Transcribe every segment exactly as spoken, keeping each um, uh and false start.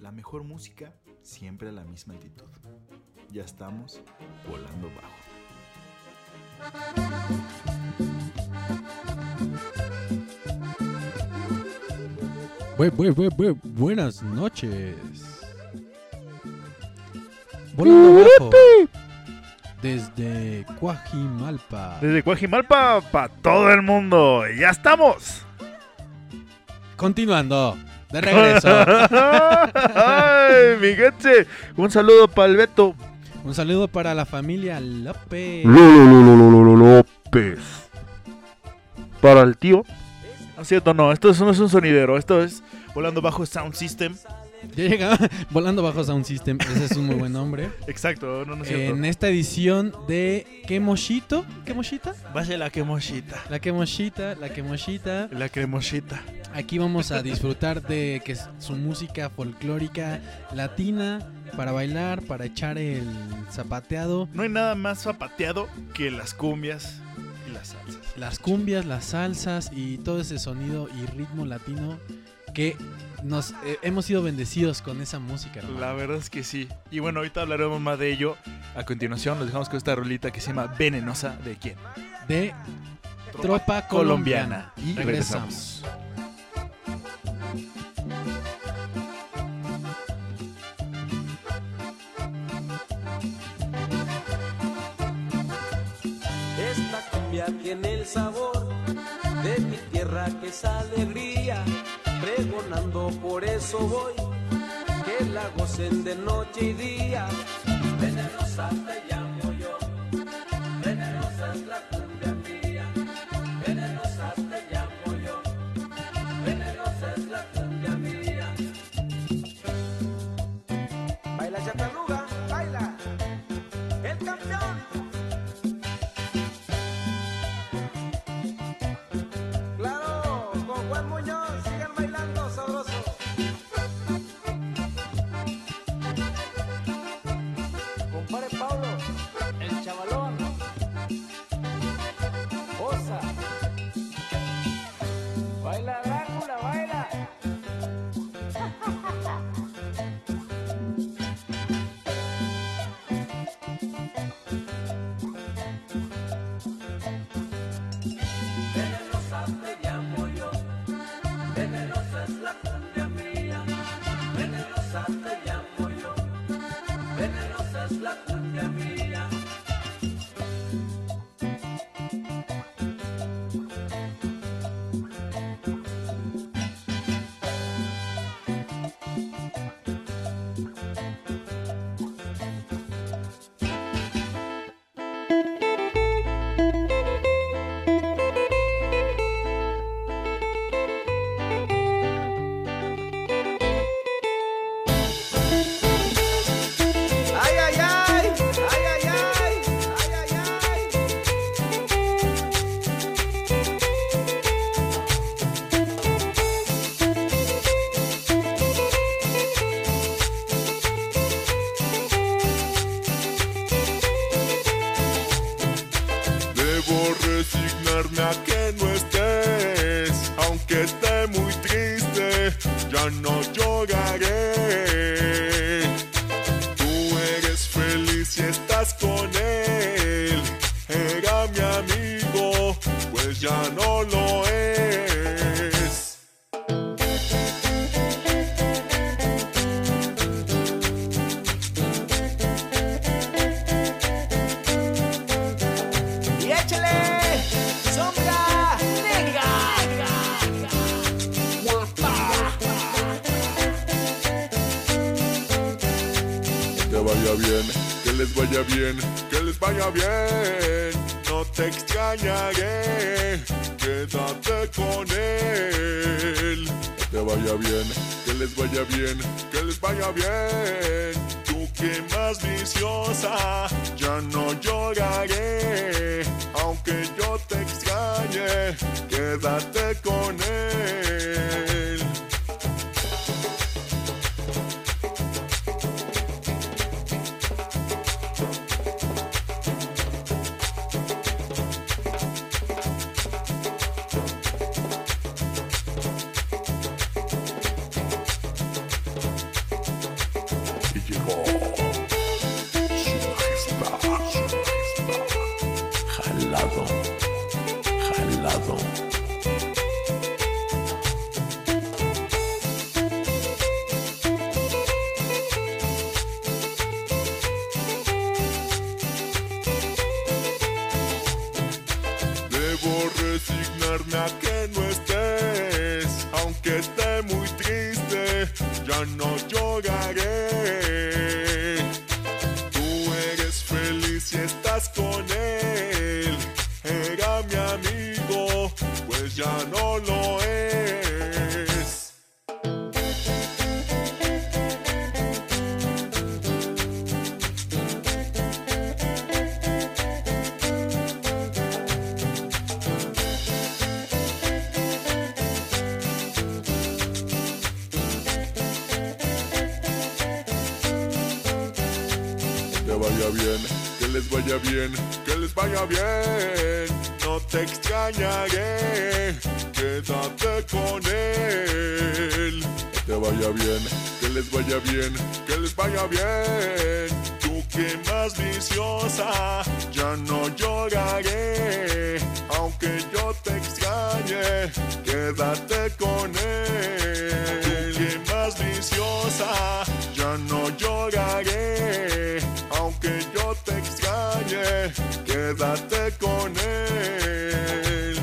La mejor música, siempre a la misma altitud. Ya estamos volando bajo. Bu- bu- bu- bu- buenas noches. Volando bajo. Desde Coajimalpa. Desde Coajimalpa para todo el mundo. ¡Ya estamos! Continuando. De regreso. ¡Ay, mi gente! Un saludo para el Beto. Un saludo para la familia López. López. Para el tío. No es cierto, no. Esto no es un sonidero. Esto es Volando Bajo Sound System. Ya llega Volando Bajo Sound System. Ese es un muy buen nombre. Exacto, no, no es cierto. En esta edición de ¿Quemoshito? ¿Quemoshita? Vaya la quemoshita. La Quemoshita, la Quemoshita. La cremoshita. Aquí vamos a disfrutar de que es su música folclórica latina para bailar, para echar el zapateado. No hay nada más zapateado que las cumbias y las salsas. Las cumbias, las salsas y todo ese sonido y ritmo latino que nos eh, hemos sido bendecidos con esa música, hermano. La verdad es que sí. Y bueno, ahorita hablaremos más de ello. A continuación nos dejamos con esta rolita que se llama Venenosa. ¿De quién? De Tropa Colombiana. Y Regresamos. Esta cumbia tiene el sabor de mi tierra, que es alegría, pregonando, por eso voy, que la gocen de noche y día. Venenosa te llamo yo, venenosa es la cumbia mía, venenosa te llamo yo, venenosa es la cumbia mía. Baila Chatanuga, baila, el campeón. Claro, con Juan Muñoz, sigan bailando sabroso. Compare Pablo, el chavalón. Osa. Baila Drácula, baila. Venenosa te llamo yo, venenosa es la cumbia mía, venenosa te llamo yo, venenosa es la cumbia mía. Ay, ay, ay, ay, ay, ay, ay, ay, ay. Debo resignarme a que no estés, aunque esté muy triste, ya no lloraré. Tú eres feliz y estás con él, era mi amigo, pues ya no lo es. Y échale sombra negra. Que vaya bien, que les vaya bien, que les vaya bien. No te extrañaré, quédate con él. Que te vaya bien, que les vaya bien, que les vaya bien. Tú que más viciosa, ya no lloraré. Aunque yo te extrañe, quédate con él. jalado, jalado. Debo resignarme a que no estés, aunque esté muy triste, ya no lloraré. Tú eres feliz y estás con él, era mi amigo, pues ya no lo es. Que vaya bien, que les vaya bien, que les vaya bien. No te extrañaré, quédate con él. Que te vaya bien, que les vaya bien, que les vaya bien. Tú que más viciosa, ya no lloraré. Aunque yo te extrañe, quédate con él. Tú que más viciosa, ya no lloraré. Aunque yo te extrañe, quédate con él.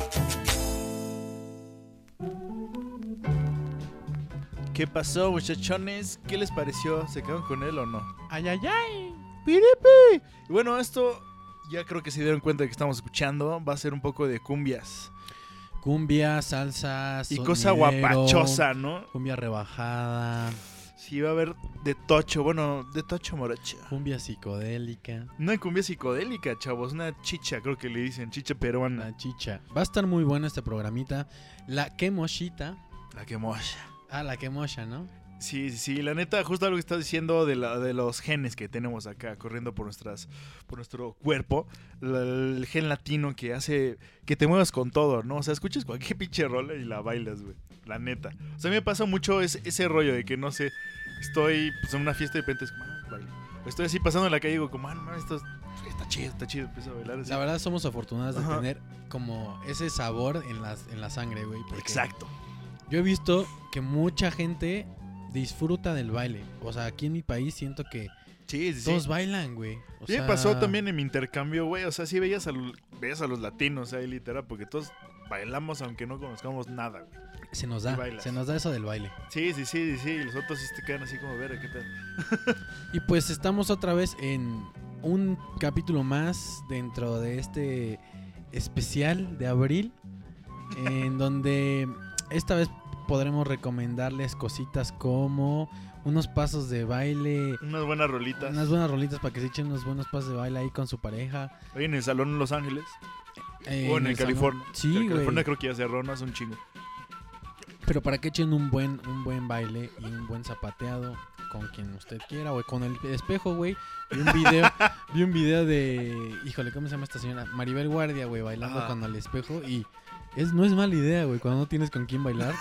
¿Qué pasó, muchachones? ¿Qué les pareció? ¿Se quedaron con él o no? Ay, ay, ay. ¡Piripi! Y bueno, esto ya creo que se dieron cuenta de que estamos escuchando. Va a ser un poco de cumbias. Cumbia, salsa, Y cosa sonidero, guapachosa, ¿no? Cumbia rebajada, Sí, va a haber de tocho. Bueno, de tocho morocha. cumbia psicodélica, Una cumbia psicodélica, chavos. Una chicha, creo que le dicen. Chicha peruana. la chicha. Va a estar muy bueno este programita. La quemoshita. La que mocha. Ah, la quemosha, ¿no? Sí, sí, sí, la neta, justo algo que estás diciendo de, la, de los genes que tenemos acá corriendo por nuestras por nuestro cuerpo, la- el gen latino que hace que te muevas con todo, ¿no? O sea, escuchas cualquier pinche rola y la bailas, güey, la neta. O sea, a mí me pasa mucho ese, ese rollo de que, no sé, estoy pues, en una fiesta y de repente es como, ah, bailo. O estoy así pasando en la calle y digo como, ah, no, esto es- está chido, está chido, empiezo a bailar así. La verdad somos afortunados de Ajá. tener como ese sabor en, las, en la sangre, güey. porque Exacto. Yo he visto que mucha gente disfruta del baile. O sea, aquí en mi país siento que Sí, sí, sí. todos bailan, güey. O Sí, me sea, pasó también en mi intercambio, güey. O sea, sí veías a, lo- veías a los latinos ahí, literal, porque todos bailamos aunque no conozcamos nada, güey. Se nos y da, bailas. se nos da eso del baile. Sí, sí, sí, sí, sí. Y los otros sí te quedan así como, ver, ¿qué tal? Y pues estamos otra vez en un capítulo más dentro de este especial de abril, en donde esta vez podremos recomendarles cositas como unos pasos de baile, Unas buenas rolitas. unas buenas rolitas para que se echen unos buenos pasos de baile ahí con su pareja. Ahí en el salón en Los Ángeles. eh, o en el salón. California. Sí, En güey. California creo que ya cerró, no es un chingo. Pero para que echen un buen, un buen baile y un buen zapateado con quien usted quiera, o con el espejo, güey. Vi un video, vi un video de, híjole, ¿cómo se llama esta señora? Maribel Guardia, güey, bailando Ajá. con el espejo y es, no es mala idea, güey, cuando no tienes con quién bailar.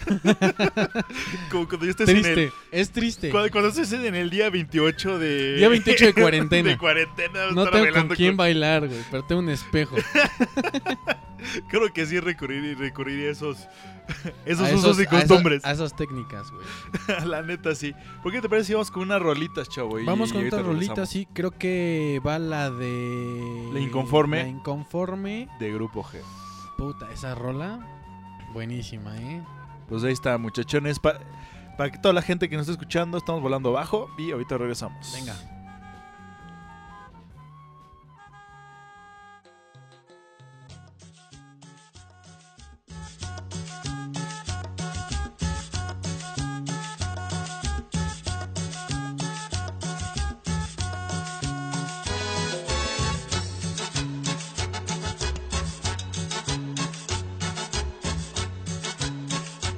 Como cuando yo estés en Triste, el... es triste. Cuando, cuando estés en el día veintiocho de... Día veintiocho de cuarentena. de cuarentena. No estar tengo con bailando quién bailar, güey, pero tengo un espejo. Creo que sí recurrir, recurrir a esos, esos A usos y a esas- costumbres. A esas técnicas, güey. La neta, sí. ¿Por qué te parece si vamos con unas rolitas, chavo? Y- Vamos y con ahorita otra rolita, regresamos. sí, creo que va la de... La Inconforme. La Inconforme. De Grupo G. Puta, esa rola, buenísima, ¿eh? Pues ahí está, muchachones. Pa- para que toda la gente que nos está escuchando, estamos volando bajo y ahorita regresamos. Venga.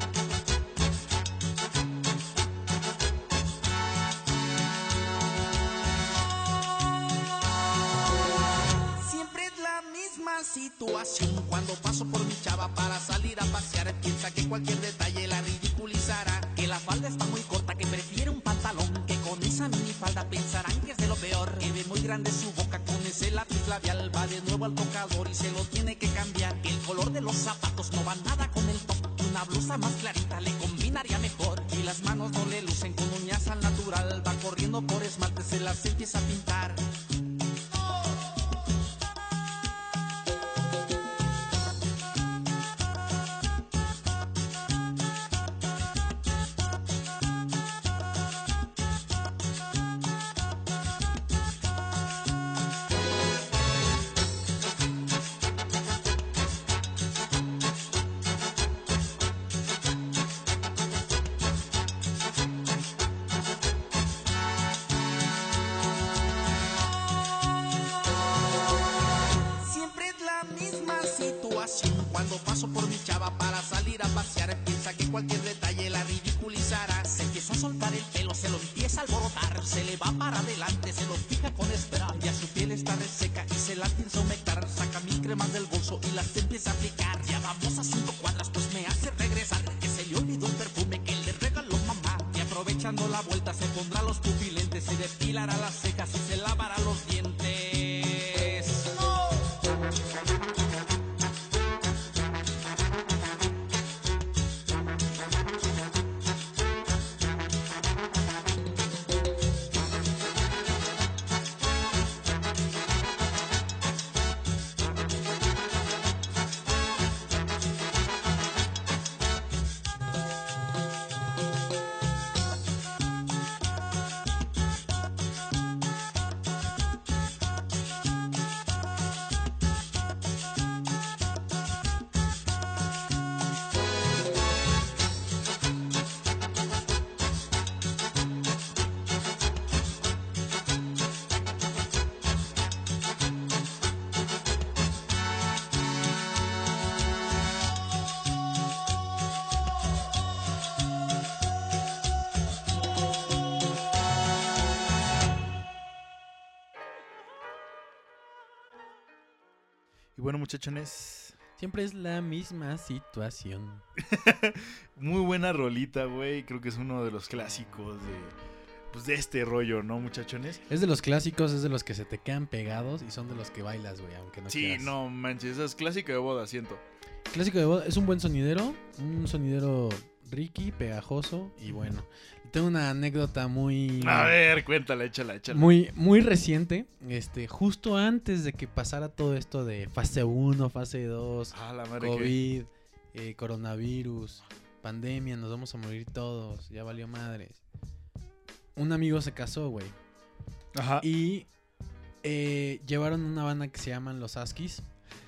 Debo situación cuando paso por mi chava para salir a pasear. Piensa que cualquier detalle la ridiculizará, que la falda está muy corta, que prefiere un pantalón, que con esa minifalda pensarán que es de lo peor, que ve muy grande su boca con ese lápiz labial, va de nuevo al tocador y se lo tiene que cambiar, que el color de los zapatos no va nada con el top, una blusa más clarita le combinaría mejor, y las manos no le lucen con uñas al natural, va corriendo por esmalte, se las empieza a pintar. Cuando paso por mi chava para salir a pasear, piensa que cualquier detalle la ridiculizará. Se empieza a soltar el pelo, se lo empieza a alborotar, se le va para adelante, se lo fija con spray. Ya su piel está reseca y se la piensa humectar. Saca mil cremas del bolso y las empieza a aplicar. Ya vamos a cinco cuadras, pues me hace regresar, que se le olvidó el perfume que le regaló mamá. Y aprovechando la vuelta se pondrá los pupilentes, se depilará las cejas y se lavará los dientes. Y bueno, muchachones, Siempre es la misma situación. muy buena rolita, güey. Creo que es uno de los clásicos de, pues, de este rollo, ¿no, muchachones? Es de los clásicos, es de los que se te quedan pegados y son de los que bailas, güey, aunque no Sí, quieras. no manches, esa es clásica de boda, siento. Clásico de boda, es un buen sonidero, un sonidero Ricky, pegajoso y bueno. Tengo una anécdota muy... A ver, cuéntala, échala, échala. Muy, muy reciente, este, justo antes de que pasara todo esto de fase uno, fase dos, Ah, la madre COVID, eh, coronavirus, pandemia, nos vamos a morir todos, ya valió madres. Un amigo se casó, güey, que... Ajá. y eh, llevaron una banda que se llaman Los Askis,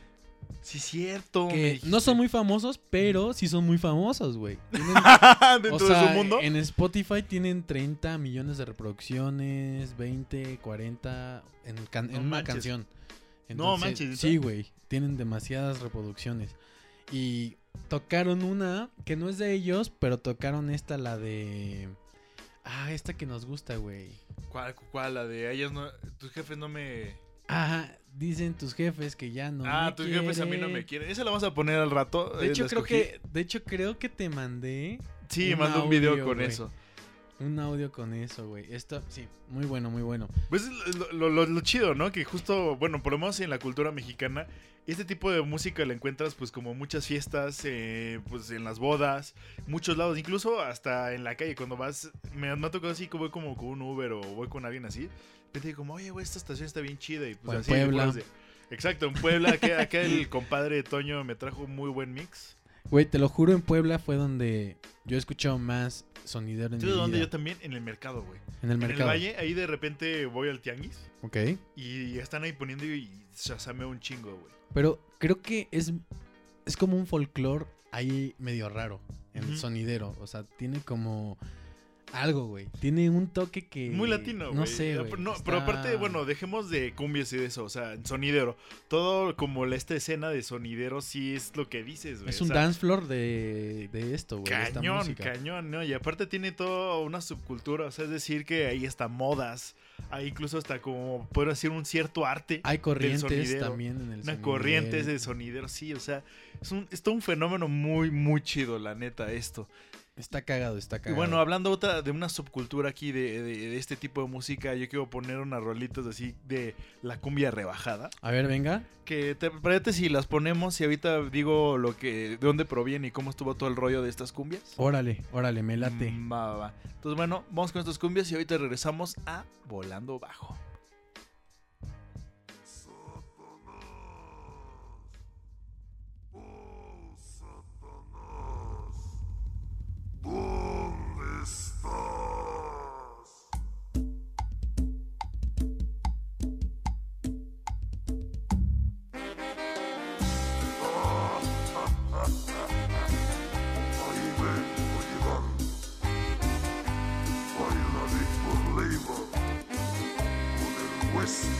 Sí, cierto. me que dijiste. no son muy famosos, pero sí son muy famosos, güey. Tienen- Dentro o sea, de su mundo. en Spotify tienen treinta millones de reproducciones, veinte, cuarenta en, can- No en una manches. canción. No manches, Sí, güey. Tienen demasiadas reproducciones. Y tocaron una que no es de ellos, pero tocaron esta, la de... Ah, esta que nos gusta, güey. ¿Cuál, cuál? La de ellos no... Tus jefes no me... Ajá, dicen tus jefes que ya no ah, me tus jefes a mí no quieren. me quieren. Esa la vamos a poner al rato. De eh, hecho, la creo escogí. que, de hecho, creo que te mandé Sí, un mandó un video audio, con güey. eso. un audio con eso, güey. Esto, sí, muy bueno, muy bueno. Pues es lo, lo, lo, lo chido, ¿no? Que justo, bueno, por lo menos en la cultura mexicana, este tipo de música la encuentras pues como muchas fiestas, eh, pues en las bodas, muchos lados, incluso hasta en la calle, cuando vas, me, me ha tocado así que voy como con un Uber o voy con alguien así, de repente digo como, oye, güey, esta estación está bien chida y pues O en así. Puebla. pues, de- exacto, en Puebla, acá, acá el compadre Toño me trajo un muy buen mix. Güey, te lo juro, en Puebla fue donde yo he escuchado más sonidero en ¿Tú mi de dónde? vida. Yo también, en el mercado, güey. En el En el mercado. valle, ahí de repente voy al tianguis Ok. y están ahí poniendo y chasameo un chingo, güey. Pero creo que es, es como un folclore ahí medio raro en el Ujú. sonidero. O sea, tiene como... algo, güey. Tiene un toque que... Muy latino, güey. No sé, güey. No, Está- Pero aparte, bueno, dejemos de cumbias y de eso, o sea, en sonidero. Todo como la, esta escena de sonidero sí es lo que dices, güey. Es o un sea, dance floor de, de esto, güey. de esta Cañón, música. cañón, ¿no? Y aparte tiene toda una subcultura, o sea, es decir que ahí está modas, hay incluso hasta como, puedo decir, un cierto arte. Hay corrientes sonidero. también en el Una sonidero. corriente de sonidero, sí, o sea, es, un, es todo un fenómeno muy, muy chido, la neta, esto. Está cagado, está Y cagado. bueno, hablando otra de una subcultura aquí de, de, de este tipo de música, yo quiero poner unas rolitas así de la cumbia rebajada. A ver, venga. Que te parece si las ponemos y ahorita digo lo que, de dónde proviene y cómo estuvo todo el rollo de estas cumbias. Órale, órale, me late. Mm, Va, va, va. Entonces, bueno, vamos con estas cumbias y ahorita regresamos a Volando Bajo. ¿Dónde estás? Ahí vengo llegando, bailadito Leiva, con el hueso.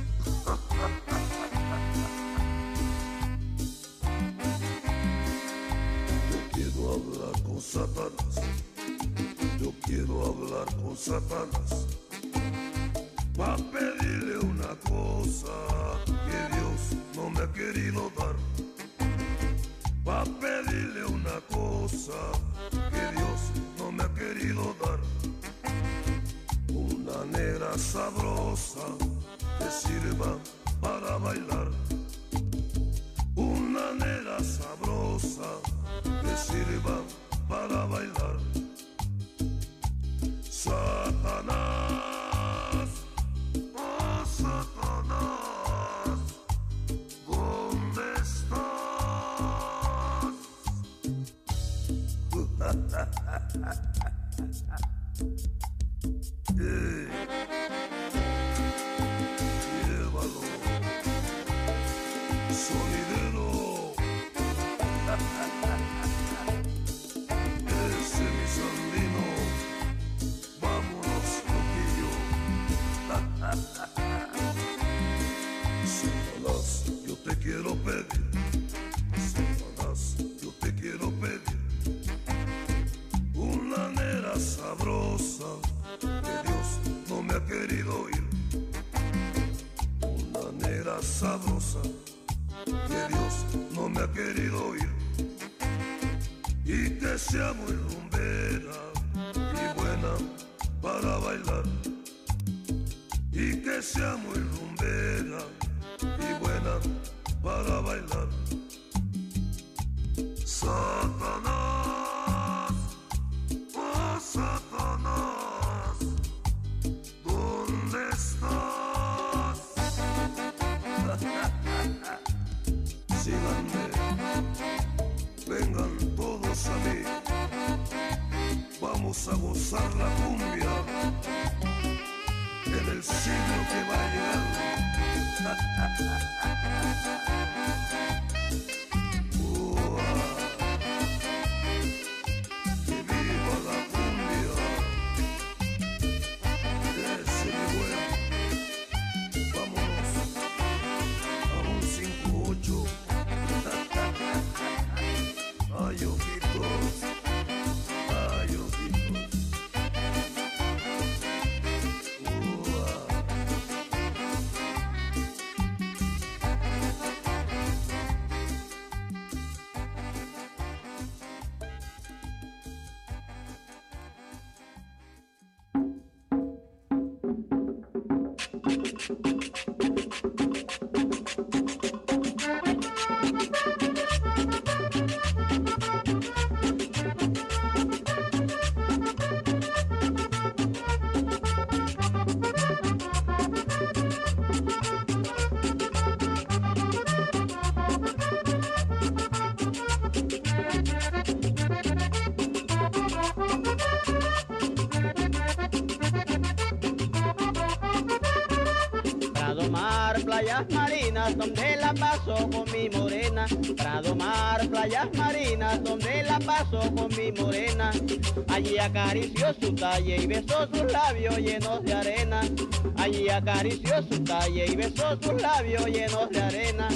Yo quiero hablar con Satanás, yo quiero hablar con Satanás, pa' pedirle una cosa que Dios no me ha querido dar, pa' pedirle una cosa que Dios no me ha querido dar, una negra sabrosa que sirva para bailar, una negra sabrosa que sirva para bailar. Satanás, oh Satanás, ¿dónde estás? Hey, llévalo, sonidero. Ese mi sandino, vámonos loquillo. Satanás, yo te quiero pedir, Satanás, yo te quiero pedir una nera sabrosa que Dios no me ha querido oír, una nera sabrosa que Dios no me ha querido oír, y que sea muy rumbera y buena para bailar, y que sea muy rumbera y buena para bailar. Satanás, oh Satanás, ¿dónde estás? Síganme, vengan todos a mí, vamos a gozar la cumbia en el siglo que va a llegar. Uah, que viva la cumbia, ese mi buen, vámonos a un cinco ocho. Ay, ojitos, ay, ojitos. Uah. Para domar playas marinas marinas donde la paso con mi morena. Prado Mar, playas marinas donde la paso con mi morena. Allí acarició su talle y besó sus labios llenos de arena. Allí acarició su talle y besó sus labios llenos de arena.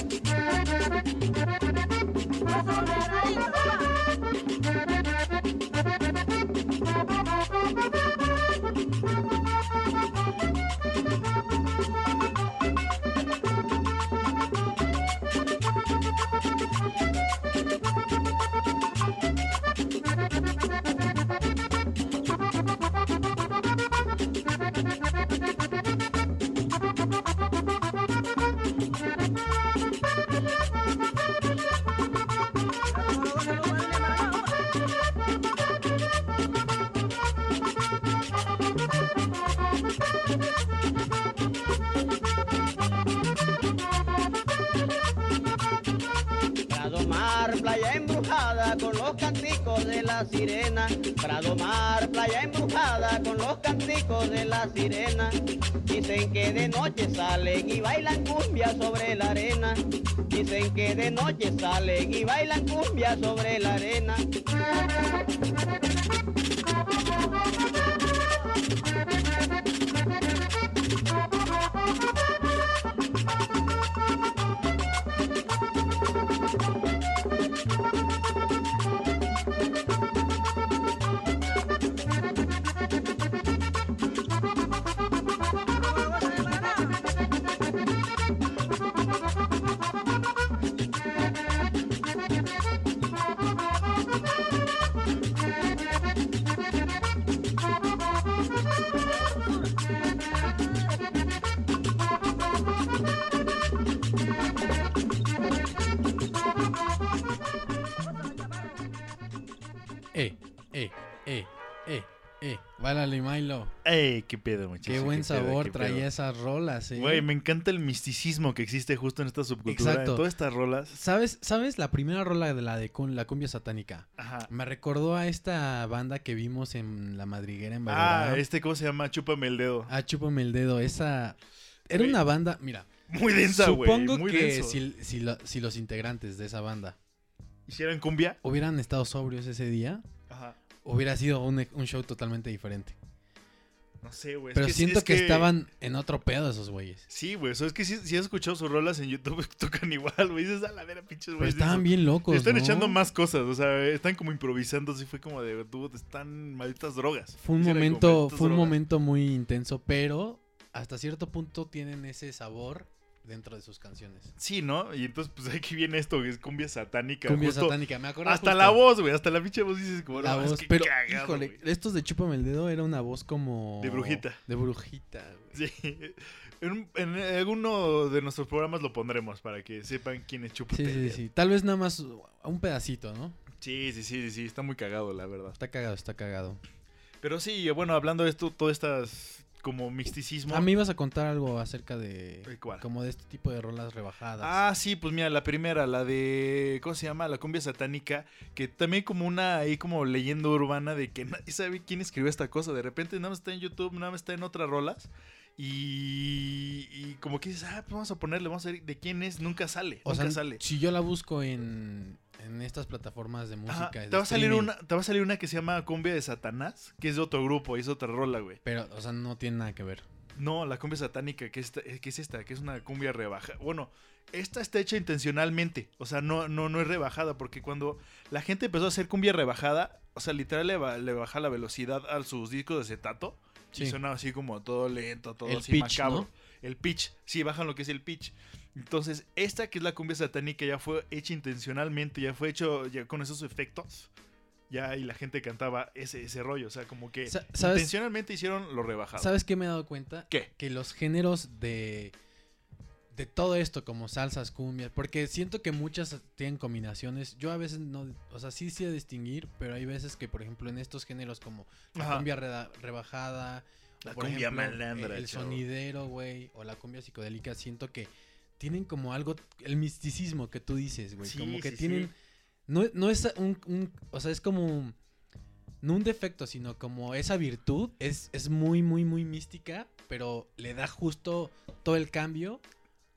Prado Mar, playa embrujada con los canticos de la sirena. Prado Mar, playa embrujada con los canticos de la sirena. Dicen que de noche salen y bailan cumbia sobre la arena. Dicen que de noche salen y bailan cumbia sobre la arena. Eh, eh, eh, eh, eh. Bálale, Milo. Ey, qué pedo, muchachos. Qué buen qué pedo, sabor qué traía pedo. esas rolas, eh. Güey, me encanta el misticismo que existe justo en esta subcultura. Exacto. En todas estas rolas. ¿Sabes, ¿Sabes la primera rola de la de cum- la cumbia satánica? Ajá. Me recordó a esta banda que vimos en La Madriguera en Ah, Valladolid. este, ¿cómo se llama? Chúpame el dedo. Ah, chúpame el dedo. Esa era Güey. una banda, mira. Muy densa, güey. Supongo Muy que denso. si, si, lo- si los integrantes de esa banda ¿Hicieran cumbia? hubieran estado sobrios ese día, Ajá. hubiera sido un, un show totalmente diferente. No sé, güey. es Pero que- siento es que, estaban en otro pedo esos güeyes. Sí, güey. Eso es que si, si has escuchado sus rolas en YouTube, tocan igual, güey. Dices, a la vera, pinches, Pero güey. estaban bien locos, Están ¿no? echando más cosas, o sea, están como improvisando, así fue como de, dude, están malditas drogas. Fue un Hicieron como momento, malditas fue un drogas. momento muy intenso, pero hasta cierto punto tienen ese sabor dentro de sus canciones. Sí, ¿no? Y entonces, pues aquí viene esto, que es cumbia satánica. Cumbia justo- satánica, me acuerdo. Hasta justo. la voz, güey, hasta la pinche voz dices como, La no, es voz, que pero cagado, híjole, güey. estos de Chúpame el dedo era una voz como De brujita. De brujita, güey. Sí. En, un- en alguno de nuestros programas lo pondremos para que sepan quién es Chúpate Sí, el sí, dedo. sí. Tal vez nada más un pedacito, ¿no? Sí, sí, sí, sí, está muy cagado, la verdad. Está cagado, está cagado. Pero sí, bueno, hablando de esto, todo estas como misticismo. A mí ibas a contar algo acerca de ¿De cuál? como de este tipo de rolas rebajadas. Ah, sí, pues mira, la primera, la de, ¿cómo se llama? La cumbia satánica, que también como una ahí como leyenda urbana de que nadie sabe quién escribió esta cosa. De repente nada más está en YouTube, nada más está en otras rolas. Y, y como que dices, ah, pues vamos a ponerle, vamos a ver de quién es, nunca sale, o nunca sea, sale. si yo la busco en, en estas plataformas de música, Ajá, de te va a salir streaming, una, te va a salir una que se llama Cumbia de Satanás, que es de otro grupo, y es otra rola, güey. pero, o sea, no tiene nada que ver. No, la cumbia satánica, que es, esta, que es esta, que es una cumbia rebajada. Bueno, esta está hecha intencionalmente, o sea, no, no, no es rebajada, porque cuando la gente empezó a hacer cumbia rebajada, o sea, literal le, ba- le baja la velocidad a sus discos de acetato, Sí. y suena así como todo lento, todo El así pitch, macabro. ¿no? El pitch, sí, bajan lo que es el pitch. Entonces, esta que es la cumbia satánica ya fue hecha intencionalmente, ya fue hecho ya con esos efectos. Ya, y la gente cantaba ese, ese rollo, o sea, como que Sa- ¿sabes? intencionalmente hicieron lo rebajado. ¿Sabes qué me he dado cuenta? ¿Qué? Que los géneros de de todo esto, como salsas, cumbias, porque siento que muchas tienen combinaciones. Yo a veces no, o sea, sí sé distinguir, pero hay veces que, por ejemplo, en estos géneros como la Ajá. cumbia reda- rebajada, La o por cumbia ejemplo, malandra, el, el chavo. sonidero, güey, o la cumbia psicodélica, siento que tienen como algo, el misticismo que tú dices, güey, Sí, como que sí, tienen, sí. no, no es un, un, o sea, es como no un defecto, sino como esa virtud es, es muy, muy, muy mística, pero le da justo todo el cambio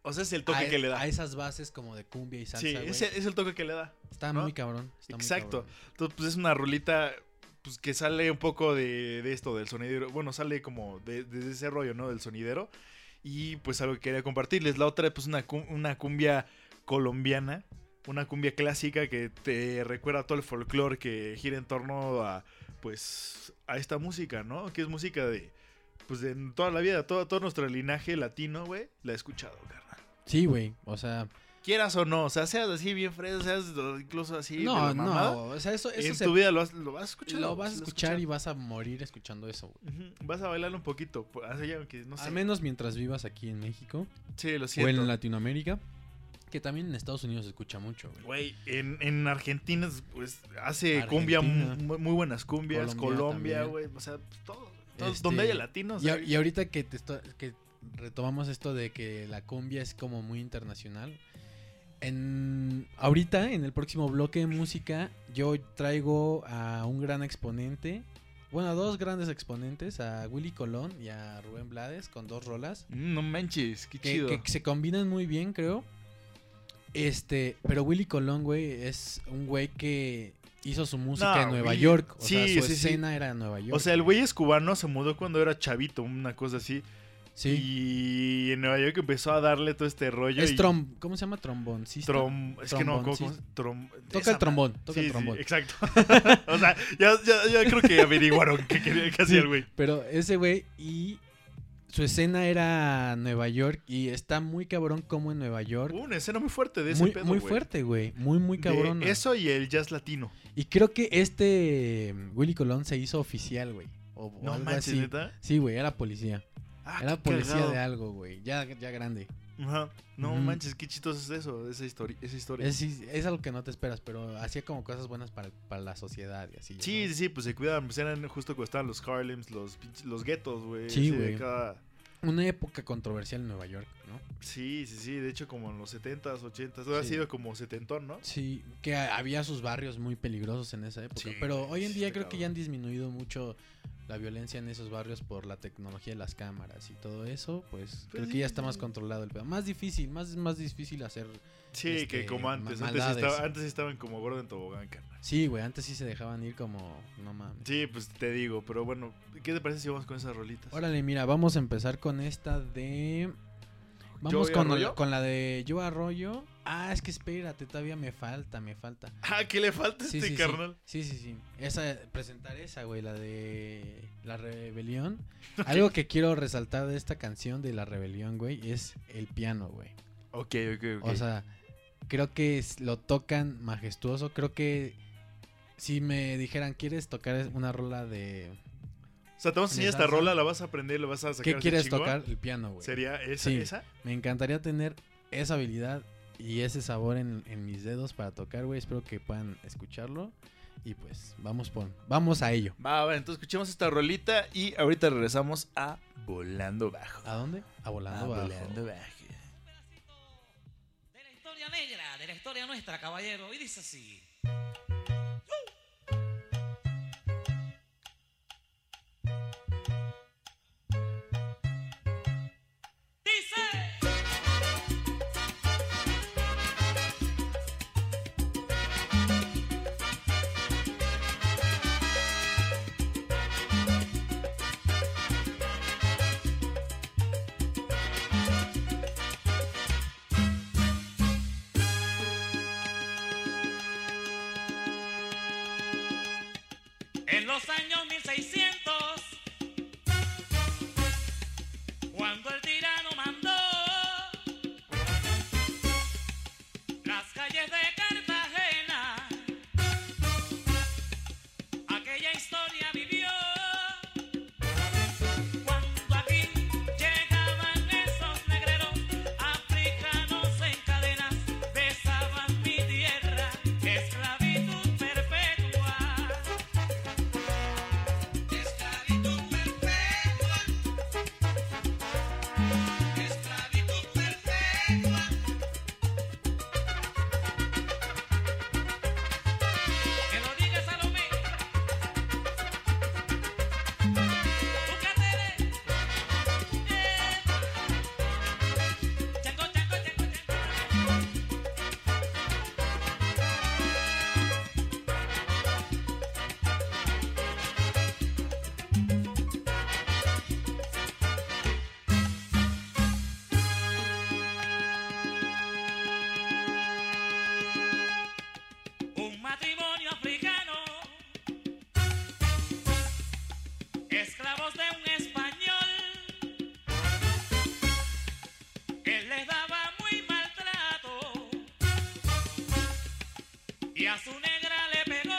O sea, es el toque a, que le da. a esas bases como de cumbia y salsa, Sí, güey. es, el- es el toque que le da. Está ¿no? muy cabrón. Está muy Exacto. cabrón. Entonces, pues es una rolita pues, que sale un poco de, de esto, del sonidero. Bueno, sale como de, de ese rollo, ¿no? Del sonidero. Y pues algo que quería compartirles. La otra, pues una, cum- una cumbia colombiana. Una cumbia clásica que te recuerda todo el folclore que gira en torno a, pues, a esta música, ¿no? Que es música de, pues, de toda la vida. Todo, todo nuestro linaje latino, güey, la he escuchado, carnal. Sí, güey. O sea, Quieras o no, o sea, seas así bien fresco, seas incluso así de no, la mamada, no. O sea, eso, eso en se- tu vida lo, has, lo vas a escuchar. lo vas a sí escuchar y vas a morir escuchando eso, güey. Ujú, vas a bailar un poquito, pues, así aunque no sé. Al menos mientras vivas aquí en México Sí, lo o siento. en Latinoamérica, que también en Estados Unidos se escucha mucho, güey. Güey, en, en Argentina, pues, hace cumbia, Argentina. muy, muy buenas cumbias, Colombia Colombia, también. güey, o sea, pues, todo. todo Este, donde haya latinos. Y, a- ¿sabes? y ahorita que, te esto- que retomamos esto de que la cumbia es como muy internacional. En, ahorita, en el próximo bloque de música, yo traigo a un gran exponente. Bueno, a dos grandes exponentes, a Willy Colón y a Rubén Blades, con dos rolas. Mm, no manches, qué Que, chido. que se combinan muy bien, creo. Este, pero Willy Colón, güey, es un güey que hizo su música No, en Nueva Willy- York. O sí, sea, su sí, sí. escena era en Nueva York. O sea, el güey es cubano, se mudó cuando era chavito, una cosa así. sí. Y en Nueva York empezó a darle todo este rollo. Es y- trom, ¿cómo se llama? Tromboncista. Trom, es que no, ¿cómo- Trombón, cómo- trom- Toca esa el trombón, ma- toca sí, el sí, trombón. exacto. O sea, ya, ya, ya creo que averiguaron qué quería que hacía Sí, el güey. Pero ese güey y su escena era Nueva York y está muy cabrón como en Nueva York. Hubo una escena muy fuerte de ese muy pedo, muy güey. fuerte, güey. Muy, muy De cabrón. eso y el jazz latino. Y creo que este mm, Willy Colón se hizo oficial, güey. O, o No algo manches, así. ¿neta? Sí, güey, era policía. Ah, Era qué policía cagado. de algo, güey. Ya, ya grande. Ajá. No Ujú. manches, qué chistoso es eso, esa historia. Esa historia. Es, es algo que no te esperas, pero hacía como cosas buenas para, para la sociedad y así. Sí, ¿no? sí, sí, pues se cuidaban, pues eran justo cuando estaban los Harlems, los, pinches- los guetos, güey. Sí, así de güey. cada- Una época controversial en Nueva York, ¿no? Sí, sí, sí, de hecho como en los setentas, ochentas, ha Sí. sido como setentón, ¿no? Sí, que a- había sus barrios muy peligrosos en esa época. Sí, pero hoy en sí, día está creo que cabrón. ya han disminuido mucho la violencia en esos barrios por la tecnología de las cámaras y todo eso. Pues, creo sí, que ya está sí. más controlado el pedo. Más difícil, más, más difícil hacer. Sí, Este, que como antes, ma- antes, maldades. estaba- antes estaban como gordo en tobogán, carnal. Sí, güey, antes sí se dejaban ir como. No mames. Sí, pues te digo, pero bueno, ¿qué te parece si vamos con esas rolitas? Órale, mira, vamos a empezar con esta de. Vamos ¿Yo con, Arroyo? con la de Yo Arroyo. Ah, es que espérate, todavía me falta, me falta. Ah, ¿qué le falta a Sí, este sí, sí. carnal? Sí, sí, sí. Esa, presentar esa, güey, la de La Rebelión. Algo que quiero resaltar de esta canción de La Rebelión, güey, es el piano, güey. Ok, ok, ok. O sea, creo que es- lo tocan majestuoso. Creo que si me dijeran, ¿quieres tocar una rola de... O sea, te vamos a ¿de enseñar esta salsa? rola, la vas a aprender, la vas a sacar. ¿Qué así quieres chingón. tocar? El piano, güey. ¿Sería esa? Sí. esa? Me encantaría tener esa habilidad y ese sabor en, en mis dedos para tocar, güey. Espero que puedan escucharlo. Y pues, vamos por, vamos a ello. Va, va, entonces escuchemos esta rolita y ahorita regresamos a Volando Bajo. ¿A dónde? A Volando A Bajo. Volando Bajo. De la historia negra, de la historia nuestra, caballero. Y dice así. Dice. En los años mil seiscientos, cuando el tirano mandó las calles de Cartagena, aquella historia vivió. Cuando aquí llegaban esos negreros africanos en cadenas, besaban mi tierra, esclavitud perpetua. esclavos de un español. Él les daba muy maltrato y a su negra le pegó.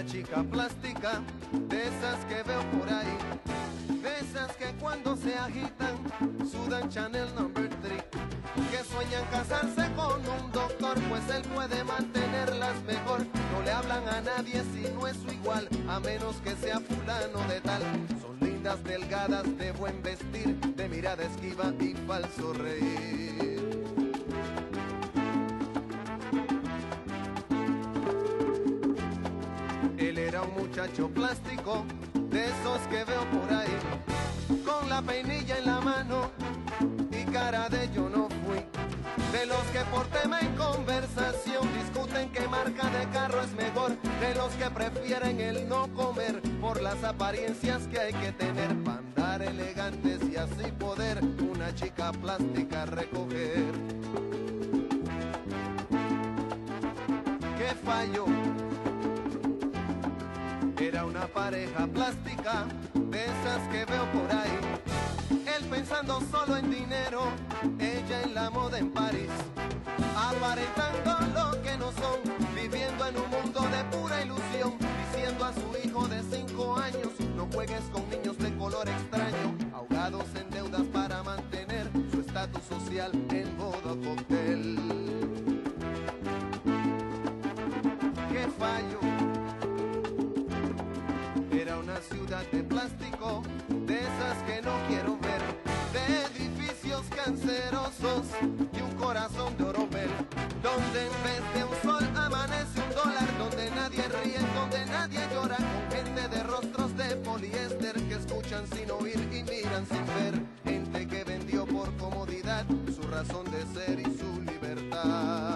una chica plástica, de esas que veo por ahí, de esas que cuando se agitan sudan Chanel number three, que sueñan casarse con un doctor, pues él puede mantenerlas mejor. No le hablan a nadie si no es su igual, a menos que sea fulano de tal. Son lindas, delgadas, de buen vestir, de mirada esquiva y falso reír. Él era un muchacho plástico, de esos que veo por ahí, con la peinilla en la mano y cara de yo no fui. De los que por tema en conversación discuten qué marca de carro es mejor. De los que prefieren el no comer por las apariencias que hay que tener para andar elegantes y así poder una chica plástica recoger. ¿Qué falló? Era una pareja plástica, de esas que veo por ahí. Él pensando solo en dinero, ella en la moda en París, aparentando lo que no son, viviendo en un mundo de pura ilusión, diciendo a su hijo de cinco años, no juegues con niños de color extraño, ahogados en deudas para mantener su estatus social en boda cóctel. ¿Qué fallo? Era una ciudad de plástico, de esas que no quiero ver, de edificios cancerosos y un corazón de oropel, donde en vez de un sol amanece un dólar, donde nadie ríe, donde nadie llora, con gente de rostros de poliéster que escuchan sin oír y miran sin ver, gente que vendió por comodidad su razón de ser y su libertad.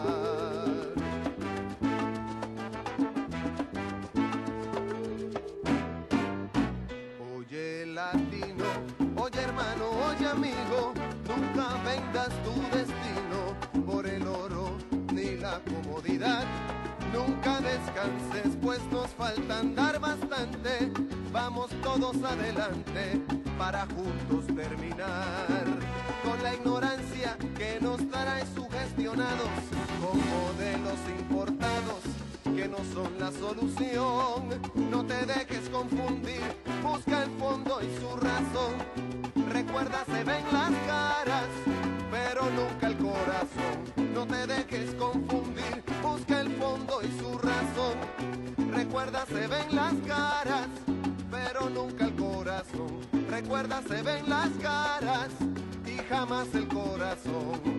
Latino, oye hermano, oye amigo, nunca vendas tu destino por el oro ni la comodidad. Nunca descanses, pues nos falta andar bastante. Vamos todos adelante para juntos terminar con la ignorancia que nos trae sugestionados con modelos importados que no son la solución. No te dejes confundir, busca el fondo y su razón. Recuerda, se ven las caras, pero nunca el corazón. No te dejes confundir, busca el fondo y su razón. Recuerda, se ven las caras, pero nunca el corazón. Recuerda, se ven las caras y jamás el corazón.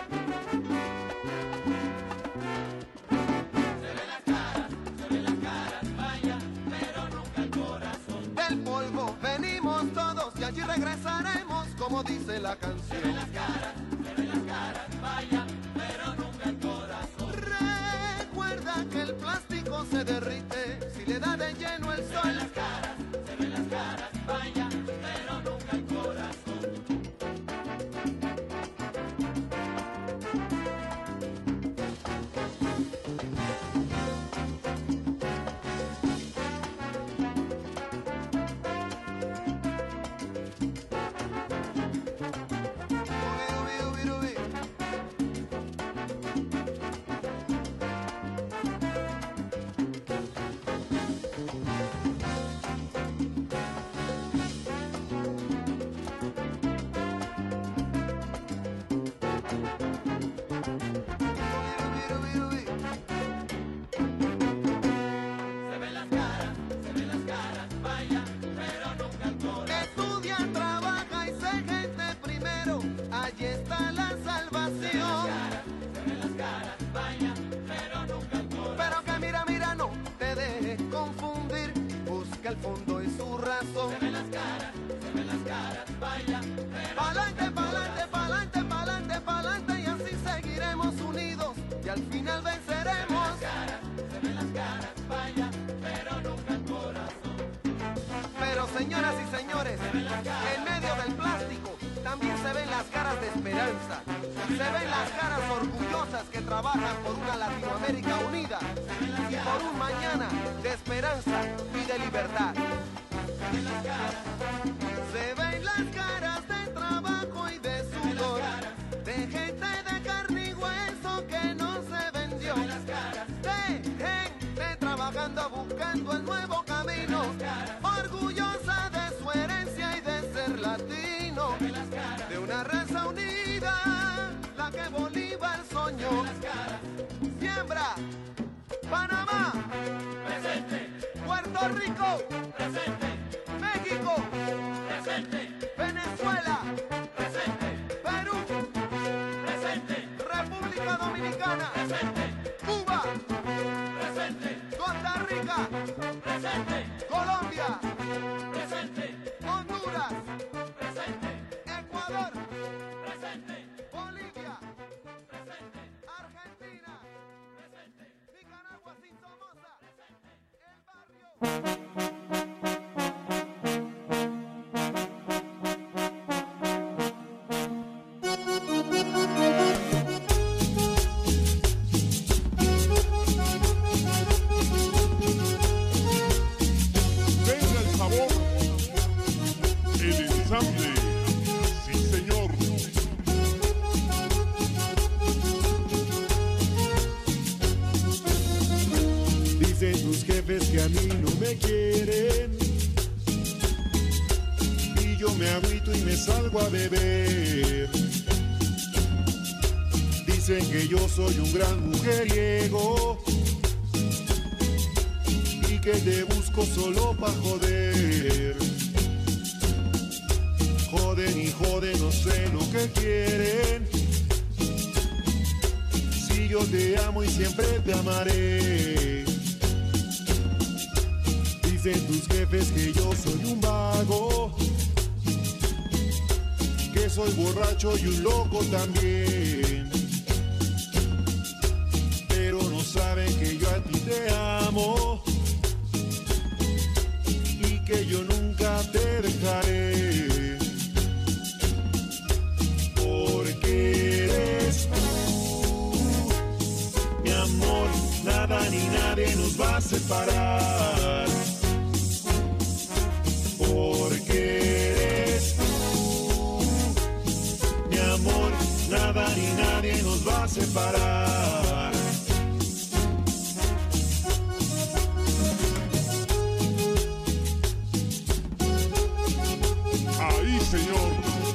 Venimos todos y allí regresaremos, como dice la canción. Se ven las caras, se ven las caras, vaya, pero nunca el corazón. Recuerda que el plástico se derrite si le da de lleno el sol. Se ven las caras, se ven las caras, vaya, pero nunca el corazón. El fondo y su razón. Se ven las caras, se ven las caras, vaya. Pa'lante, pa'lante, pa'lante, pa'lante, pa'lante, y así seguiremos unidos y al final venceremos. Se ven las caras, se ven las caras, vaya, pero nunca el corazón. Pero señoras y señores, en medio del plástico también se ven las caras de esperanza. Se ven las caras orgullosas que trabajan por una Latinoamérica unida y por un mañana de esperanza y de libertad. Se ven las caras de trabajo y de sudor, de gente de carne y hueso que no se vendió, de gente trabajando buscando Ahora, Panamá, Presente, Puerto Rico, presente, México, presente, Venezuela, presente, Perú, presente, República Dominicana, presente, Cuba, presente, Costa Rica, presente, Colombia, presente, Honduras, presente, Ecuador, presente, Bolivia, presente, Argentina, presente. Nicaragua sin Somoza, el barrio. Venga el sabor, el ensamble, sí señor. Dicen tus jefes que a mí no me quieren y yo me agüito y me salgo a beber. Dicen que yo soy un gran mujeriego y que te busco solo pa' joder. Joden y joden, no sé lo que quieren. Si yo te amo y siempre te amaré. Dicen tus jefes que yo soy un vago, que soy borracho y un loco también. Pero no saben que yo a ti te amo y que yo nunca te dejaré. Porque eres tú, mi amor, nada ni nadie nos va a separar. Porque eres tú, mi amor, nada ni nadie nos va a separar. Ahí, señor.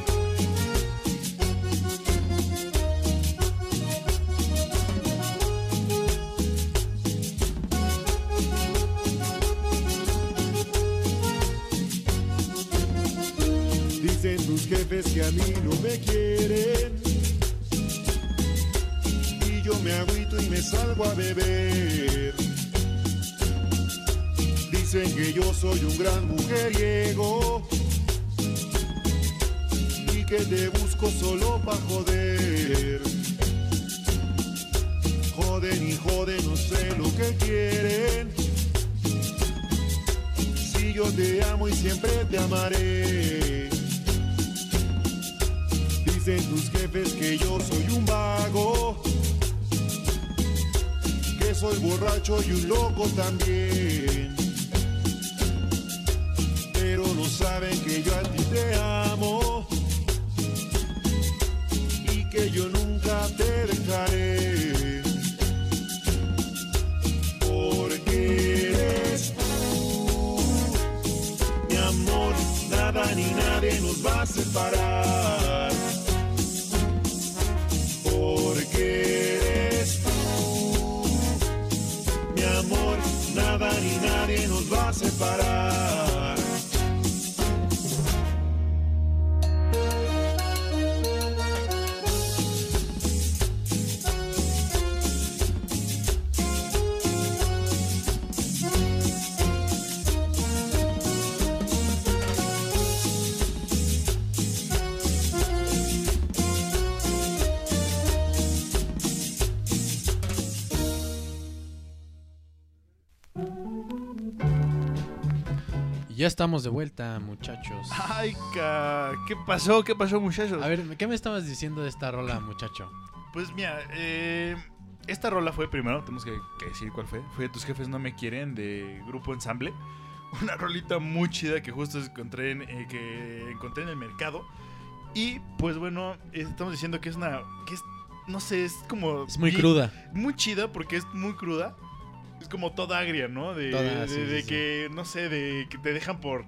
Dicen tus jefes que a mí no me quieren y yo me agüito y me salgo a beber. Dicen que yo soy un gran mujeriego y que te busco solo pa' joder. Joden y joden, no sé lo que quieren. Si yo te amo y siempre te amaré. Dicen tus jefes que yo soy un vago, que soy borracho y un loco también. Pero no saben que yo a ti te amo y que yo nunca te dejaré. Porque eres tú, mi amor, nada ni nadie nos va a separar. Porque eres tú, mi amor, nada ni nadie nos va a separar. Y ya estamos de vuelta, muchachos. Ay, ca... ¿qué pasó? ¿Qué pasó, muchachos? A ver, ¿qué me estabas diciendo de esta rola, muchacho? Pues mira, eh, esta rola fue primero, tenemos que, que decir cuál fue. Fue Tus Jefes No Me Quieren, de Grupo Ensamble. Una rolita muy chida que justo encontré en, eh, que encontré en el mercado. Y pues bueno, estamos diciendo que es una... que es, no sé, es como... Es muy bien- cruda. Muy chida porque es muy cruda. Es como toda agria, ¿no? De, Toda, de, sí, de sí, que, no sé, de que te dejan por...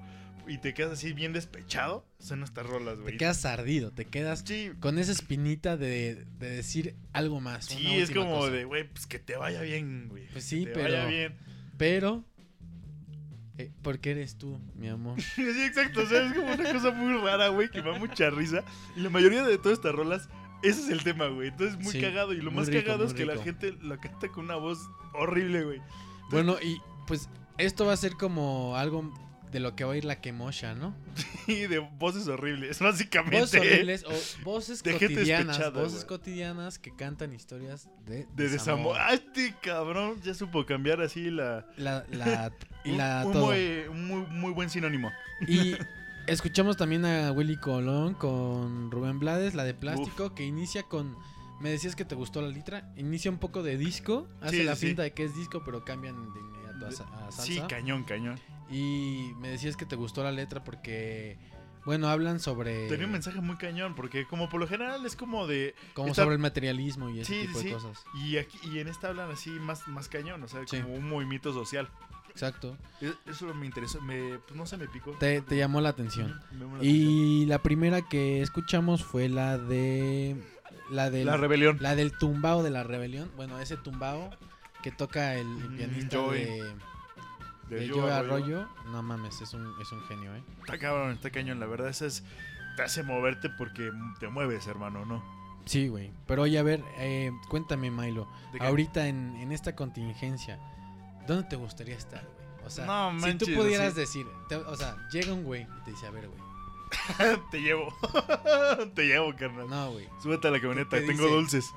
y te quedas así bien despechado, son estas rolas, güey. Te quedas ardido, te quedas Sí, con esa espinita de, de decir algo más. sí una es última como cosa. de, güey, pues que te vaya bien, güey. Pues sí, que te pero- vaya bien. Pero, eh, porque eres tú, mi amor. Sí, exacto, o sea, es como una cosa muy rara, güey, que me da mucha risa. Y la mayoría de todas estas rolas, ese es el tema, güey. Entonces, muy Sí, cagado. Y lo muy más rico, cagado es muy que la rico. gente la canta con una voz horrible, güey. Bueno, y pues esto va a ser como algo de lo que va a ir la Kemosha, ¿no? Y de voces horribles, básicamente. Voces horribles o voces De gente cotidianas, despechada, voces güey. cotidianas que cantan historias de, De desamor. Ah, este cabrón ya supo cambiar así la. La, la, y un- la un, todo. muy, un muy, muy buen sinónimo. Y escuchamos también a Willy Colón con Rubén Blades, la de plástico, que inicia con... Me decías que te gustó la letra. Inicia un poco de disco. Hace Sí, la sí, finta de que es disco, pero cambian de inmediato a, sa- a salsa. Sí, cañón, cañón. Y me decías que te gustó la letra porque... Bueno, hablan sobre... Tenía un mensaje muy cañón, porque como por lo general es como de... Como esta- sobre el materialismo y ese Sí, tipo sí, de cosas. Y, aquí, y en esta hablan así más, más cañón, o sea, Sí. como un movimiento social. Exacto. E- Eso me interesó, me, pues no se me picó. Te, te llamó la atención. Ujú, me llamó la atención. Y la primera que escuchamos fue la de... La del, La rebelión. la del tumbao de la rebelión. Bueno, ese tumbao que toca el Mm, pianista Joey. de, De de Joe Joe Arroyo. Arroyo. No mames, es un, es un genio, ¿eh? Está cabrón, está cañón, la verdad, eso es... Te hace moverte porque te mueves, hermano, ¿no? Sí, güey. Pero oye, a ver, eh, cuéntame, Milo. ¿De qué? Ahorita en, en esta contingencia, ¿dónde te gustaría estar, güey? O sea, No si manches, tú pudieras así. decir, te- o sea, llega un güey y te dice, a ver, güey. Te llevo. Te llevo, carnal. No, güey. Súbete a la camioneta, Te tengo dice- dulces.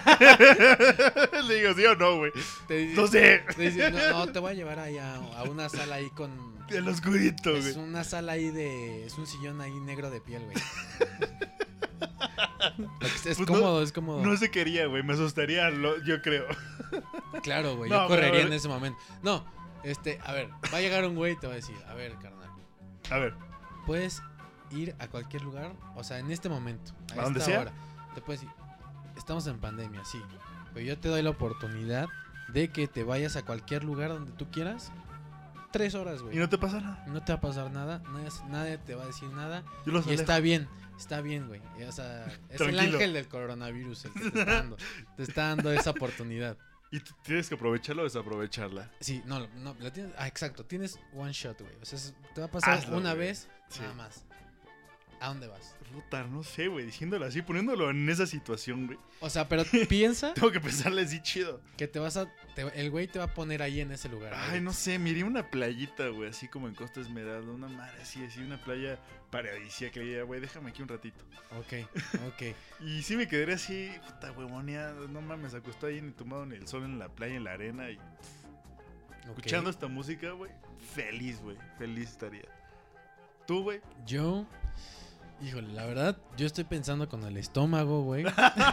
Le digo, ¿sí o no, güey? Te dice- No sé. te dice, no, no, te voy a llevar ahí a, a una sala ahí con... El oscurito, Es güey. una sala ahí de... Es un sillón ahí negro de piel, güey. Es, es Pues no- cómodo, es cómodo. No se quería, güey. Me asustaría, lo- yo creo. Claro, güey. No, yo pero, correría a en ver. ese momento. No, este, a ver, va a llegar un güey y te va a decir, a ver, carnal, A ver, puedes ir a cualquier lugar, o sea, en este momento, a, ¿A donde esta sea? hora, te puedes ir. Estamos en pandemia, sí, pero yo te doy la oportunidad de que te vayas a cualquier lugar donde tú quieras. Tres horas, güey. y no te pasa nada. No te va a pasar nada, nadie, nadie te va a decir nada. Yo los Y alejo. está bien, está bien, güey. O sea, es el Tranquilo. ángel del coronavirus el que te está dando, te está dando esa oportunidad. Y tú tienes que aprovecharla o desaprovecharla. Sí, no, no, la tienes, ah, exacto, tienes one shot, güey. O sea, es- te va a pasar Hazlo, una güey. vez, Sí. nada más. ¿A dónde vas? Puta, no sé, güey. Diciéndolo así, poniéndolo en esa situación, güey. O sea, pero piensa Tengo que pensarle así chido. que te vas a, te- el güey te va a poner ahí en ese lugar. Ay, güey. no sé, miré una playita, güey, así como en Costa Esmeralda, una madre así, así, una playa paradisíaca. Y ya, güey, déjame aquí un ratito. Ok, ok. Y sí me quedé así, puta huevoneada, no mames, acostado ahí en- tumbado en el sol, en la playa, en la arena y ok. escuchando esta música, güey, feliz, güey, feliz estaría. ¿Tú, güey? Yo, híjole, la verdad, yo estoy pensando con el estómago, güey.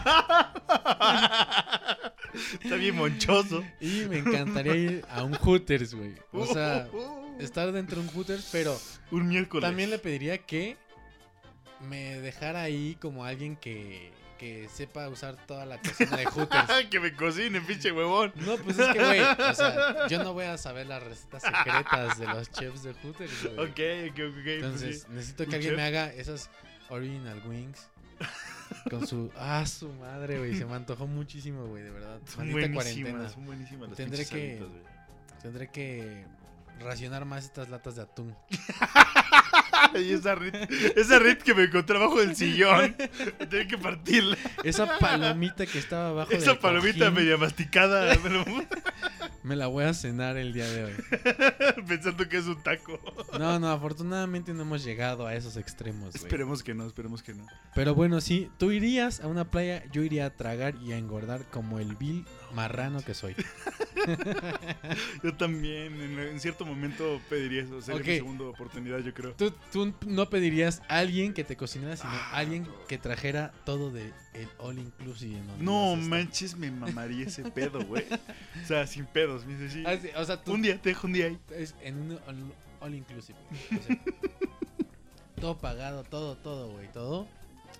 Está bien monchoso. Y me encantaría ir a un Hooters, güey. O sea, Uh, estar dentro de un Hooters, pero un miércoles. también le pediría que me dejara ahí como alguien que, que sepa usar toda la cocina de Hooters. Que me cocine, pinche huevón. No, pues es que, güey, o sea, yo no voy a saber las recetas secretas de los chefs de Hooters, güey. Ok, ok, ok. pues Entonces, sí. necesito que ¿Un alguien chef? me haga esas original wings. Con su... Ah, su madre, güey. Se me antojó muchísimo, güey, de verdad. Son Maldita buenísimas, cuarentena. son buenísimas las Tendré pinches que- alitas, güey. Tendré que racionar más estas latas de atún. Y esa rit, esa rit que me encontré abajo del sillón. Tengo que partirla. Esa palomita que estaba abajo Esa del palomita cojín, media masticada. pero- me la voy a cenar el día de hoy. Pensando que es un taco. No, no, afortunadamente no hemos llegado a esos extremos, güey. Esperemos que no, esperemos que no. Pero bueno, sí, tú irías a una playa, yo iría a tragar y a engordar como el vil marrano que soy. Yo también, en, en cierto momento pediría eso. Sería Ok. mi segunda oportunidad, yo creo. Tú, tú no pedirías a alguien que te cocinara, sino alguien que trajera todo de el all inclusive. en donde No vas a estar. manches, me mamaría ese pedo, güey. O sea, sin pedos. Me dice, sí. Ah, sí, o sea, tú Un día, te dejo un día ahí. es en un all, all inclusive. güey. O sea, todo pagado, todo, todo, güey, todo.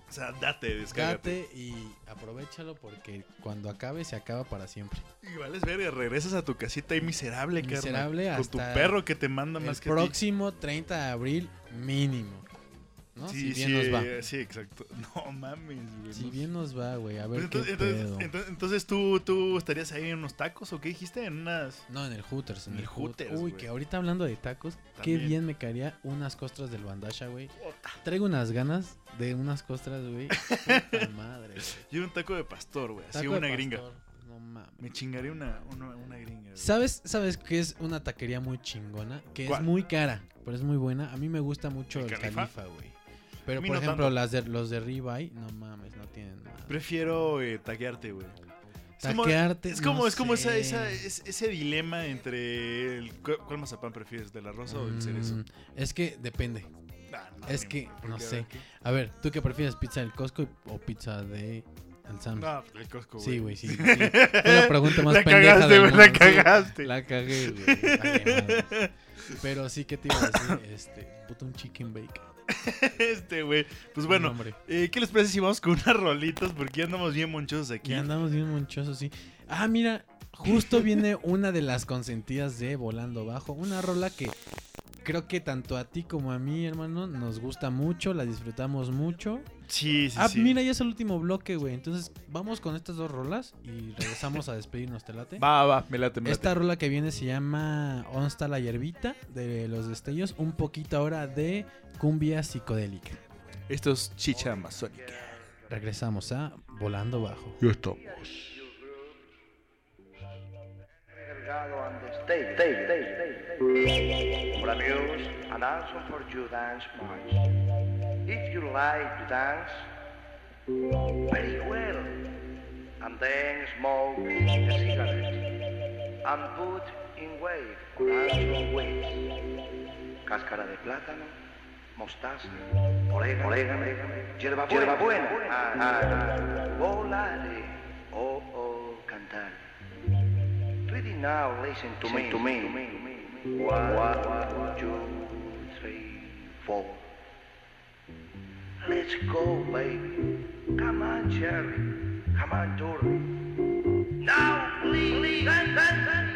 O sea, date, descárgate. Date y aprovechalo porque cuando acabe, se acaba para siempre. Y vales verga, regresas a tu casita ahí miserable, carnal. Miserable Con tu hasta perro que te manda El más que próximo treinta de abril mínimo. ¿No? Sí, si bien sí, nos va. sí, exacto. No mames, güey. Si no. bien nos va, güey. A ver Entonces, qué entonces, pedo. entonces, entonces tú, tú estarías ahí en unos tacos o qué dijiste? En unas... No, en el Hooters. En En el el Hooters. Hooters, Uy, güey. que ahorita hablando de tacos, También. qué bien me caería unas costras del Bandasha, güey. Traigo unas ganas de unas costras, güey. Puta madre, güey. Yo un taco de pastor, güey. Así Taco de una gringa. pastor, No mames. Me chingaría una, una, una gringa. güey. ¿Sabes, ¿Sabes qué es una taquería muy chingona? Que ¿Cuál? es muy cara, pero es muy buena. A mí me gusta mucho ¿El el Califa? Califa, güey. Pero A mí por no ejemplo, tanto. las de, los de Ribeye, no mames, no tienen nada. Prefiero eh, taquearte, güey. Es como- Taquearte, Es como, no es como esa, sé. esa, es- ese dilema entre... El, ¿cuál, cuál mazapán prefieres? ¿De la rosa o del cerezo? Mm, Es que depende. Ah, no, es ni- que, ¿por no qué? sé. ¿Qué? A ver, ¿tú qué prefieres? ¿Pizza del Costco o pizza de el Sam's? No, pues, el Costco, güey. Sí, güey, sí, sí. Fue la pregunta más La pendeja cagaste, del güey, mundo. la Sí, cagaste. la cagué, güey. Vale, madre. Pero sí, ¿qué te iba a decir? Este, puto un chicken bake. Este, güey. Pues bueno, hombre. eh, ¿qué les parece si vamos con unas rolitas? Porque ya andamos bien monchosos aquí. Ya andamos bien monchosos, sí. Ah, mira, justo viene una de las consentidas de Volando Bajo. Una rola que creo que tanto a ti como a mí, hermano, nos gusta mucho, la disfrutamos mucho. Sí, sí, Ah, sí. mira, ya es el último bloque, güey. Entonces, vamos con estas dos rolas y regresamos a despedirnos, ¿te late? Va, va, me late, me late. Esta rola que viene se llama ¿Dónde está la hierbita? De Los Destellos. Un poquito ahora de cumbia psicodélica. Esto es chicha amazónica. Regresamos a Volando Bajo. Ya estamos. on the stage, stage, stage, stage. For amuse and also for you dance march. If you like to dance, very well, and then smoke a cigarette and put in wave dance waves. Cáscara de plátano, mostaza, orégano, orégano, hierba buena, hierba buena, ah, ah, ah, volare, oh, oh, cantar. Ready now, listen to me, to me, to me. One, one, two, three, four. Let's go, baby. Come on, Cherry. Come on, Dory. Now, please, please, dance, dance, dance.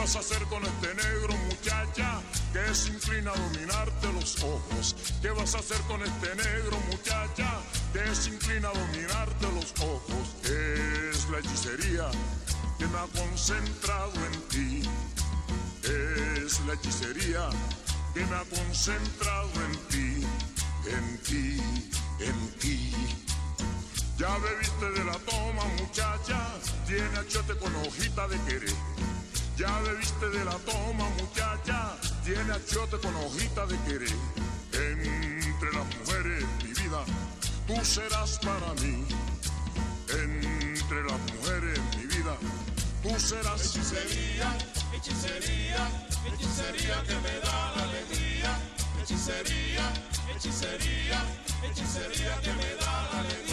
vas a hacer con este negro, muchacha, que se inclina a dominarte los ojos? ¿Qué vas a hacer con este negro, muchacha, que se inclina a dominarte los ojos? Es la hechicería que me ha concentrado en ti. Es la hechicería que me ha concentrado en ti, en ti, en ti. Ya bebiste de la toma, muchacha, tiene achiote con hojita de querer. Ya bebiste de la toma, muchacha, tiene achiote con hojita de querer. Entre las mujeres, mi vida, tú serás para mí. Entre las mujeres, mi vida, tú serás. Hechicería, hechicería, hechicería que me da la alegría. Hechicería, hechicería, hechicería que me da la alegría.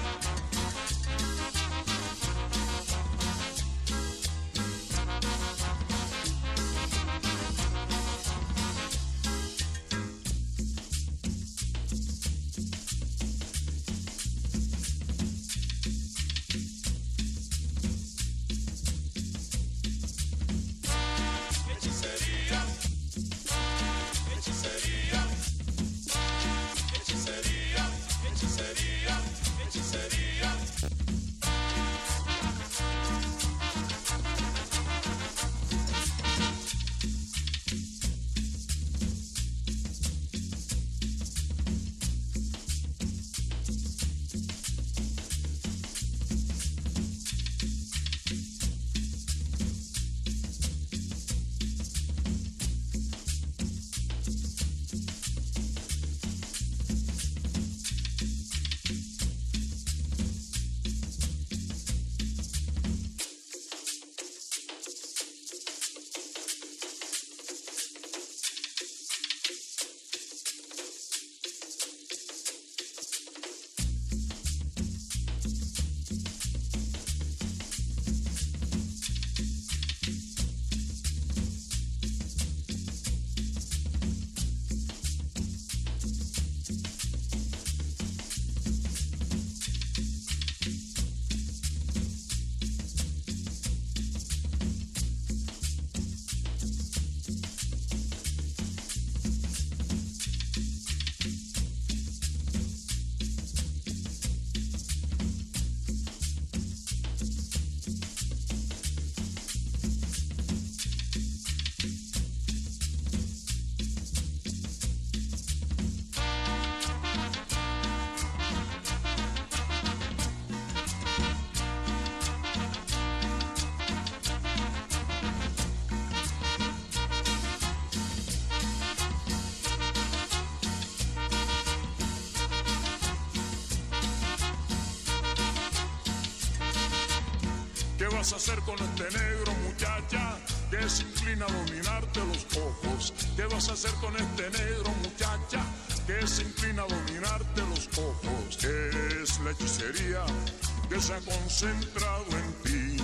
¿Qué vas a hacer con este negro, muchacha, que se inclina a dominarte los ojos? ¿Qué vas a hacer con este negro, muchacha, que se inclina a dominarte los ojos? Es la hechicería que se ha concentrado en ti.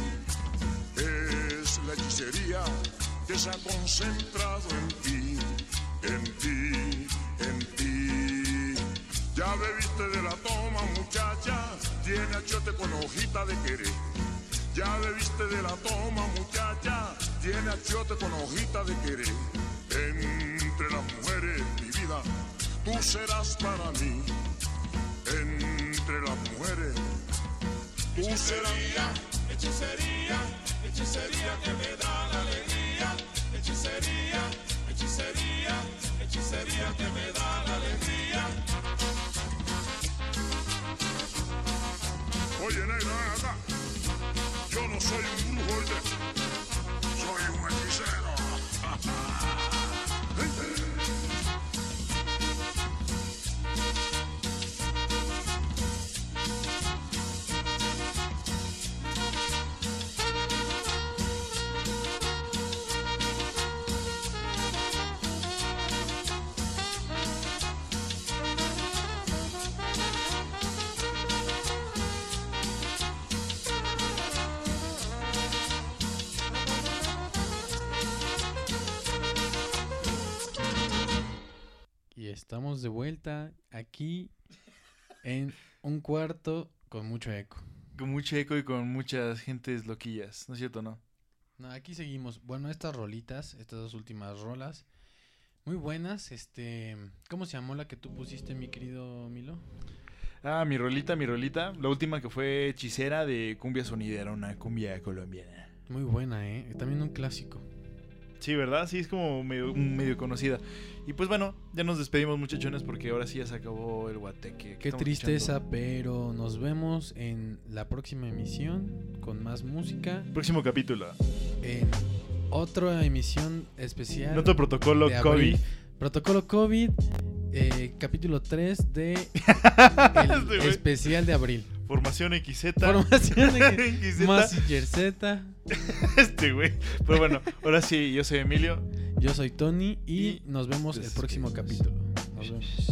Es la hechicería que se ha concentrado en ti, en ti, en ti. Ya bebiste de la toma, muchacha, tiene achiote con hojita de querer. Ya bebiste de la toma, muchacha, tiene achiote con hojita de querer. Entre las mujeres, mi vida, tú serás para mí. Entre las mujeres, tú serás. Hechicería, hechicería que me da la alegría. Hechicería, hechicería, hechicería que me da la alegría. Oye, negra, ven acá. Yo no soy un brujo, oye. Soy un hechicero. Estamos de vuelta aquí en un cuarto con mucho eco. Con mucho eco y con muchas gentes loquillas, ¿no es cierto, no? No, aquí seguimos. Bueno, estas rolitas, estas dos últimas rolas, muy buenas. Este, ¿cómo se llamó la que tú pusiste, mi querido Milo? Ah, mi rolita, mi rolita. La última que fue Hechicera de Cumbia Sonidera, una cumbia colombiana. Muy buena, ¿eh? También un clásico. Sí, ¿verdad? Sí, es como medio, medio conocida. Y pues bueno, ya nos despedimos, muchachones, porque ahora sí ya se acabó el guateque. Qué tristeza, escuchando. Pero nos vemos en la próxima emisión con más música. Próximo capítulo. En otra emisión especial. En otro protocolo COVID. Protocolo COVID, eh, capítulo tres de el este especial de abril. Formación X Z. Formación X Z. Mazinger Z. Este güey. Pues bueno, ahora sí, yo soy Emilio. Yo soy Tony y, y nos vemos el próximo capítulo. Nos vemos.